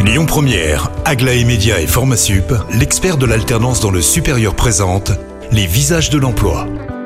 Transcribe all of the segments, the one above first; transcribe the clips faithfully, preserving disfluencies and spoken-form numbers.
Lyon Première, Aglaé Média et Formasup, l'expert de l'alternance dans le supérieur présente les visages de l'emploi.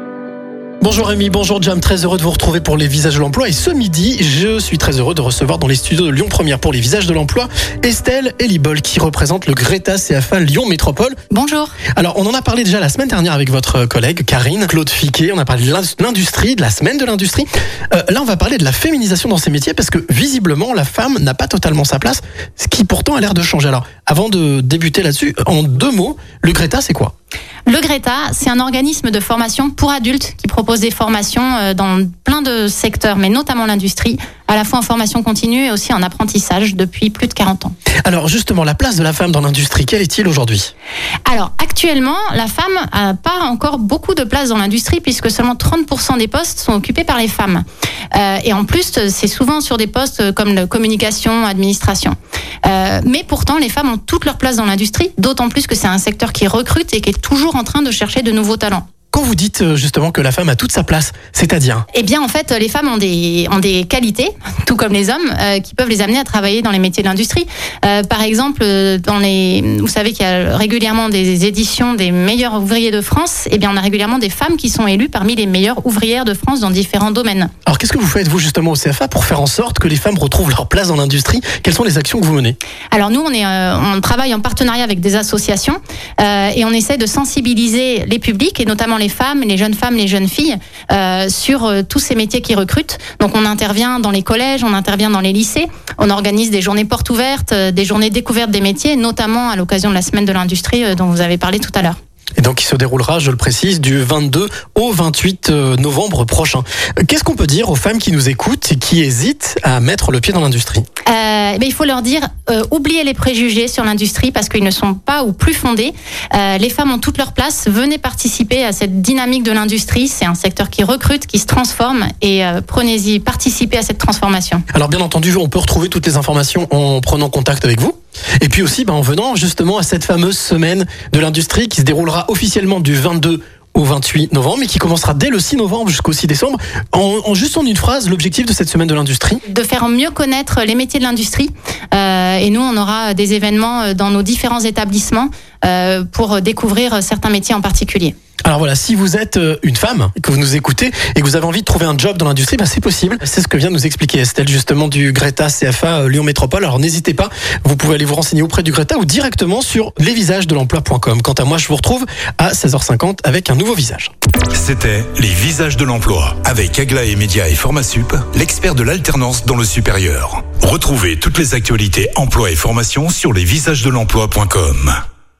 Bonjour Rémi, bonjour Jam, très heureux de vous retrouver pour les visages de l'emploi. Et ce midi, je suis très heureux de recevoir dans les studios de Lyon Première pour les visages de l'emploi Estelle Elibol qui représente le Greta C F A Lyon Métropole. Bonjour. Alors on en a parlé déjà la semaine dernière avec votre collègue Karine Claude Fiquet. On a parlé de l'industrie, de la semaine de l'industrie. Euh, là on va parler de la féminisation dans ces métiers parce que visiblement la femme n'a pas totalement sa place, ce qui pourtant a l'air de changer. Alors avant de débuter là-dessus, en deux mots, le Greta c'est quoi ? Le Greta, c'est un organisme de formation pour adultes qui propose des formations dans plein de secteurs, mais notamment l'industrie, à la fois en formation continue et aussi en apprentissage depuis plus de quarante ans. Alors justement, la place de la femme dans l'industrie, quelle est-il aujourd'hui ? Alors actuellement, la femme n'a pas encore beaucoup de place dans l'industrie puisque seulement trente pour cent des postes sont occupés par les femmes. Euh, et en plus, c'est souvent sur des postes comme la communication, administration. Euh, mais pourtant, les femmes ont toute leur place dans l'industrie, d'autant plus que c'est un secteur qui recrute et qui est toujours en train de chercher de nouveaux talents. Quand vous dites justement que la femme a toute sa place, c'est-à-dire ? Eh bien, en fait, les femmes ont des ont des qualités, tout comme les hommes, euh, qui peuvent les amener à travailler dans les métiers de l'industrie. Euh, par exemple, dans les, vous savez qu'il y a régulièrement des éditions des meilleurs ouvriers de France. Eh bien, on a régulièrement des femmes qui sont élues parmi les meilleures ouvrières de France dans différents domaines. Alors, qu'est-ce que vous faites vous justement au C F A pour faire en sorte que les femmes retrouvent leur place dans l'industrie ? Quelles sont les actions que vous menez ? Alors nous, on est, euh, on travaille en partenariat avec des associations euh, et on essaie de sensibiliser les publics et notamment les femmes, les jeunes femmes, les jeunes filles euh, sur euh, tous ces métiers qui recrutent. Donc on intervient dans les collèges, on intervient dans les lycées, on organise des journées portes ouvertes, euh, des journées découvertes des métiers, notamment à l'occasion de la semaine de l'industrie euh, dont vous avez parlé tout à l'heure. Et donc il se déroulera, je le précise, du vingt-deux au vingt-huit novembre prochain. Qu'est-ce qu'on peut dire aux femmes qui nous écoutent et qui hésitent à mettre le pied dans l'industrie ? Euh, mais il faut leur dire, euh, oubliez les préjugés sur l'industrie parce qu'ils ne sont pas ou plus fondés. Euh, les femmes ont toute leur place. Venez participer à cette dynamique de l'industrie. C'est un secteur qui recrute, qui se transforme et euh, prenez-y, participez à cette transformation. Alors bien entendu, on peut retrouver toutes les informations en prenant contact avec vous. Et puis aussi bah, en venant justement à cette fameuse semaine de l'industrie qui se déroulera officiellement du vingt-deux au vingt-huit novembre, mais qui commencera dès le six novembre jusqu'au six décembre. En, en juste en une phrase, l'objectif de cette semaine de l'industrie ? De faire mieux connaître les métiers de l'industrie. Euh, et nous, on aura des événements dans nos différents établissements euh, pour découvrir certains métiers en particulier. Alors voilà, si vous êtes une femme, que vous nous écoutez et que vous avez envie de trouver un job dans l'industrie, bah c'est possible. C'est ce que vient de nous expliquer Estelle justement du Greta C F A Lyon Métropole. Alors n'hésitez pas, vous pouvez aller vous renseigner auprès du Greta ou directement sur les visages de l'emploi point com. Quant à moi, je vous retrouve à seize heures cinquante avec un nouveau visage. C'était les visages de l'emploi avec Aglaé Média et Formasup, l'expert de l'alternance dans le supérieur. Retrouvez toutes les actualités emploi et formation sur les visages de l'emploi point com.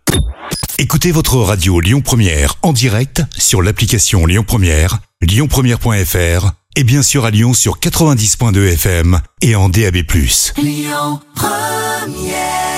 Écoutez votre radio Lyon Première en direct sur l'application Lyon Première, lyon première point f r et bien sûr à Lyon sur quatre-vingt-dix point deux F M et en D A B plus. Lyon Première.